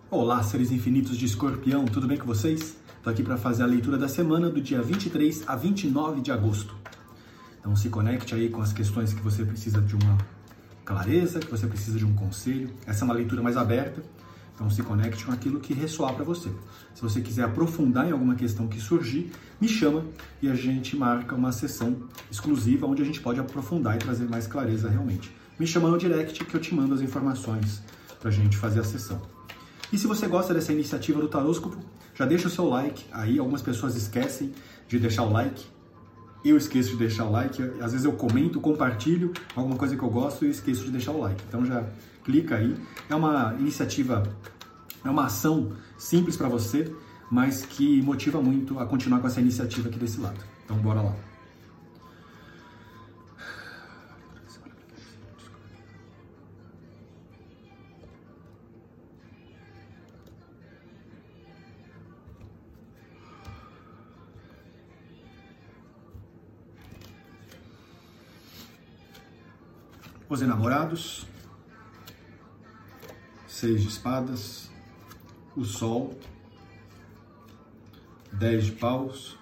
Olá, seres infinitos de Escorpião, tudo bem com vocês? Estou aqui para fazer a leitura da semana do dia 23 a 29 de agosto. Então se conecte aí com as questões que você precisa de uma clareza, que você precisa de um conselho. Essa é uma leitura mais aberta, então se conecte com aquilo que ressoar para você. Se você quiser aprofundar em alguma questão que surgir, me chama e a gente marca uma sessão exclusiva onde a gente pode aprofundar e trazer mais clareza realmente. Me chama no direct que eu te mando as informações para a gente fazer a sessão. E se você gosta dessa iniciativa do Taróscopo, já deixa o seu like. Aí algumas pessoas esquecem de deixar o like. Eu esqueço de deixar o like. Às vezes eu comento, compartilho alguma coisa que eu gosto e esqueço de deixar o like. Então já clica aí. É uma iniciativa, é uma ação simples para você, mas que motiva muito a continuar com essa iniciativa aqui desse lado. Então bora lá. Os enamorados, 6 de espadas, o sol, 10 de paus,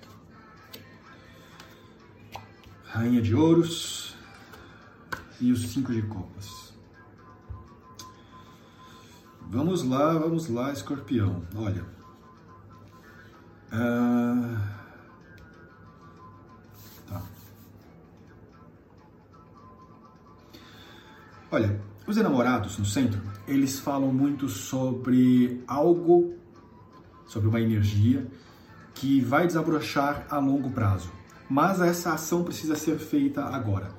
rainha de ouros e os 5 de copas. Vamos lá, Escorpião. Olha, Olha, os enamorados no centro, eles falam muito sobre algo, sobre uma energia que vai desabrochar a longo prazo. Mas essa ação precisa ser feita agora.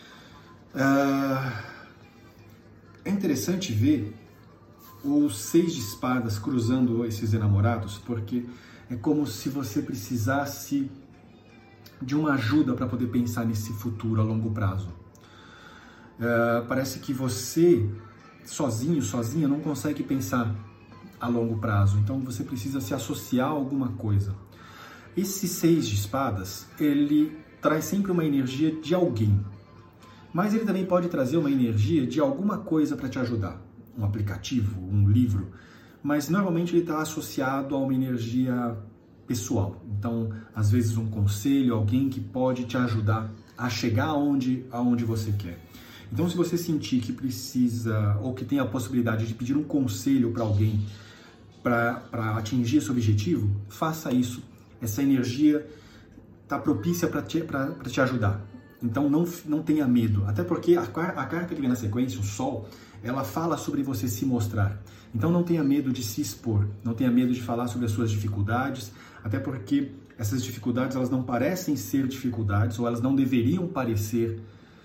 É interessante ver os 6 de espadas cruzando esses enamorados, porque é como se você precisasse de uma ajuda para poder pensar nesse futuro a longo prazo. Parece que você, sozinha, não consegue pensar a longo prazo. Então você precisa se associar a alguma coisa. Esse 6 de espadas, ele traz sempre uma energia de alguém. Mas ele também pode trazer uma energia de alguma coisa para te ajudar. Um aplicativo, um livro. Mas normalmente ele está associado a uma energia pessoal. Então, às vezes um conselho, alguém que pode te ajudar a chegar aonde você quer. Então, se você sentir que precisa ou que tem a possibilidade de pedir um conselho para alguém para atingir esse objetivo, faça isso. Essa energia está propícia para te ajudar. Então, não tenha medo. Até porque a carta que vem na sequência, o Sol, ela fala sobre você se mostrar. Então, não tenha medo de se expor. Não tenha medo de falar sobre as suas dificuldades. Até porque essas dificuldades, elas não parecem ser dificuldades ou elas não deveriam parecer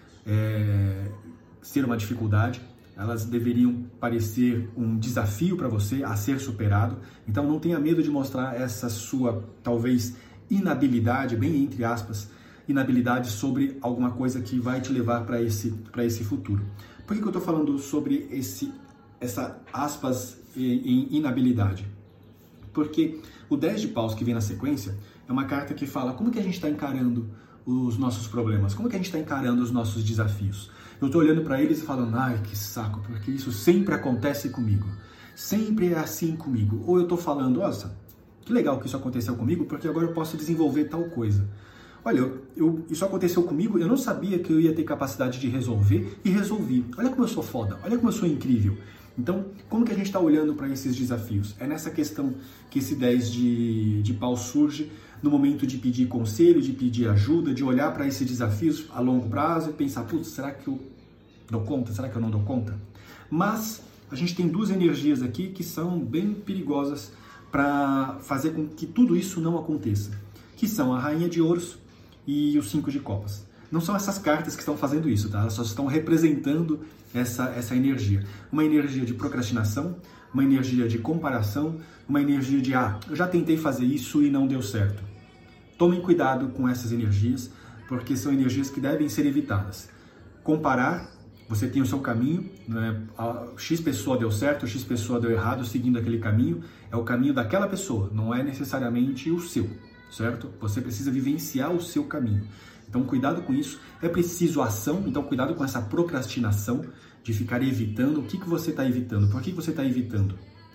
ser uma dificuldade, elas deveriam parecer um desafio para você a ser superado. Então não tenha medo de mostrar essa sua, talvez, inabilidade, bem entre aspas, inabilidade sobre alguma coisa que vai te levar para esse futuro. Por que eu estou falando sobre essa aspas em inabilidade? Porque o 10 de paus que vem na sequência é uma carta que fala como que a gente está encarando os nossos problemas, como que a gente está encarando os nossos desafios. Eu estou olhando para eles e falando, ai, que saco, porque isso sempre acontece comigo. Sempre é assim comigo. Ou eu estou falando, nossa, que legal que isso aconteceu comigo, porque agora eu posso desenvolver tal coisa. Olha, isso aconteceu comigo, eu não sabia que eu ia ter capacidade de resolver e resolvi. Olha como eu sou foda, olha como eu sou incrível. Então, como que a gente está olhando para esses desafios? É nessa questão que esse 10 de pau surge, no momento de pedir conselho, de pedir ajuda, de olhar para esses desafios a longo prazo e pensar, putz, será que eu dou conta? Será que eu não dou conta? Mas a gente tem 2 energias aqui que são bem perigosas para fazer com que tudo isso não aconteça, que são a Rainha de Ouros e os 5 de Copas. Não são essas cartas que estão fazendo isso, tá? Elas só estão representando essa energia. Uma energia de procrastinação, uma energia de comparação, uma energia de, eu já tentei fazer isso e não deu certo. Tomem cuidado com essas energias, porque são energias que devem ser evitadas. Comparar, você tem o seu caminho, né? A X pessoa deu certo, a X pessoa deu errado, seguindo aquele caminho, é o caminho daquela pessoa, não é necessariamente o seu, certo? Você precisa vivenciar o seu caminho. Então, cuidado com isso. É preciso ação, então cuidado com essa procrastinação de ficar evitando. O que você está evitando? Por que você está evitando?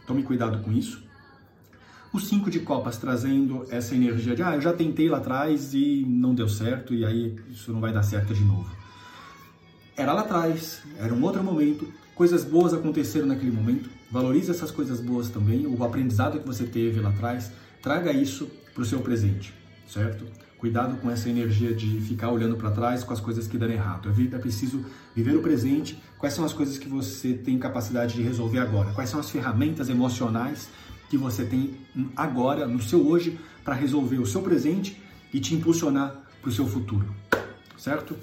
Tome cuidado com isso. O 5 de copas trazendo essa energia de eu já tentei lá atrás e não deu certo e aí isso não vai dar certo de novo. Era lá atrás, era um outro momento, coisas boas aconteceram naquele momento, valorize essas coisas boas também, o aprendizado que você teve lá atrás, traga isso para o seu presente, certo? Cuidado com essa energia de ficar olhando para trás com as coisas que deram errado. É preciso viver o presente, quais são as coisas que você tem capacidade de resolver agora, quais são as ferramentas emocionais que você tem agora, no seu hoje, para resolver o seu presente e te impulsionar para o seu futuro, certo?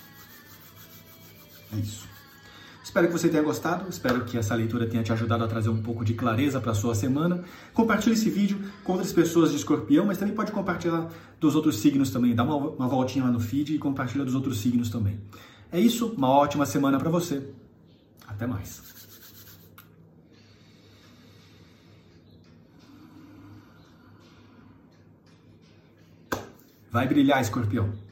É isso. Espero que você tenha gostado, espero que essa leitura tenha te ajudado a trazer um pouco de clareza para a sua semana. Compartilhe esse vídeo com outras pessoas de Escorpião, mas também pode compartilhar dos outros signos também. Dá uma voltinha lá no feed e compartilha dos outros signos também. É isso, uma ótima semana para você. Até mais. Vai brilhar, Escorpião.